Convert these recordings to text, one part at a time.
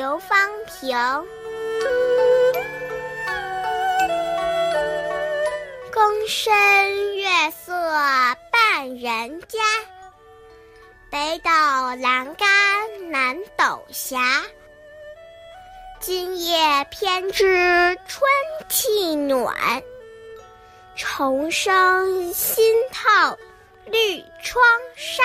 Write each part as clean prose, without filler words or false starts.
刘方平。更深月色半人家，北斗阑干南斗斜。今夜偏知春气暖，重生新透绿窗纱。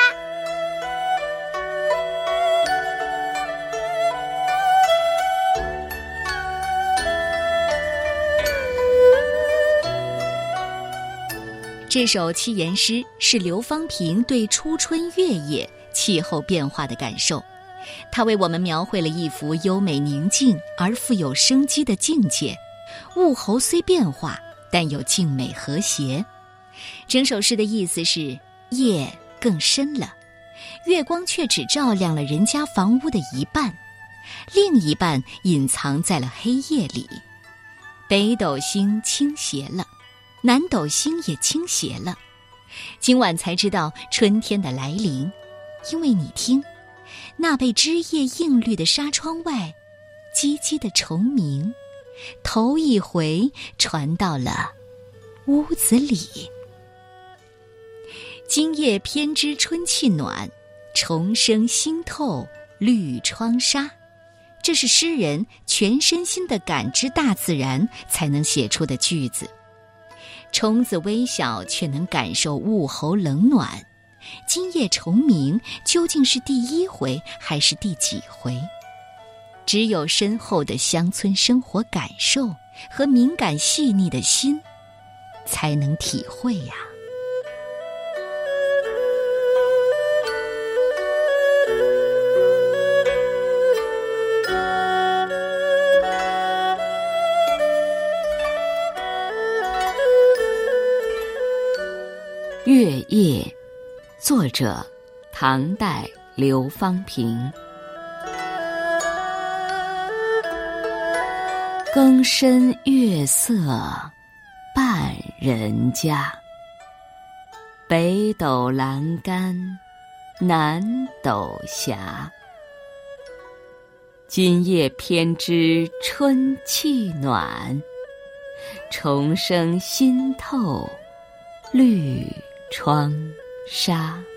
这首七言诗是刘方平对初春月夜气候变化的感受，他为我们描绘了一幅优美宁静而富有生机的境界。物候虽变化，但有静美和谐。整首诗的意思是，夜更深了，月光却只照亮了人家房屋的一半，另一半隐藏在了黑夜里。北斗星倾斜了，南斗星也倾斜了。今晚才知道春天的来临，因为你听，那被枝叶映绿的纱窗外，唧唧的虫鸣，头一回传到了屋子里。今夜偏知春气暖，重生新透绿窗纱。这是诗人全身心地感知大自然才能写出的句子。虫子微小，却能感受物候冷暖。今夜虫鸣究竟是第一回还是第几回？只有深厚的乡村生活感受和敏感细腻的心，才能体会呀。 月夜，作者唐代刘方平。更深月色半人家，北斗阑干南斗斜。今夜偏知春气暖，重生新透绿窗纱。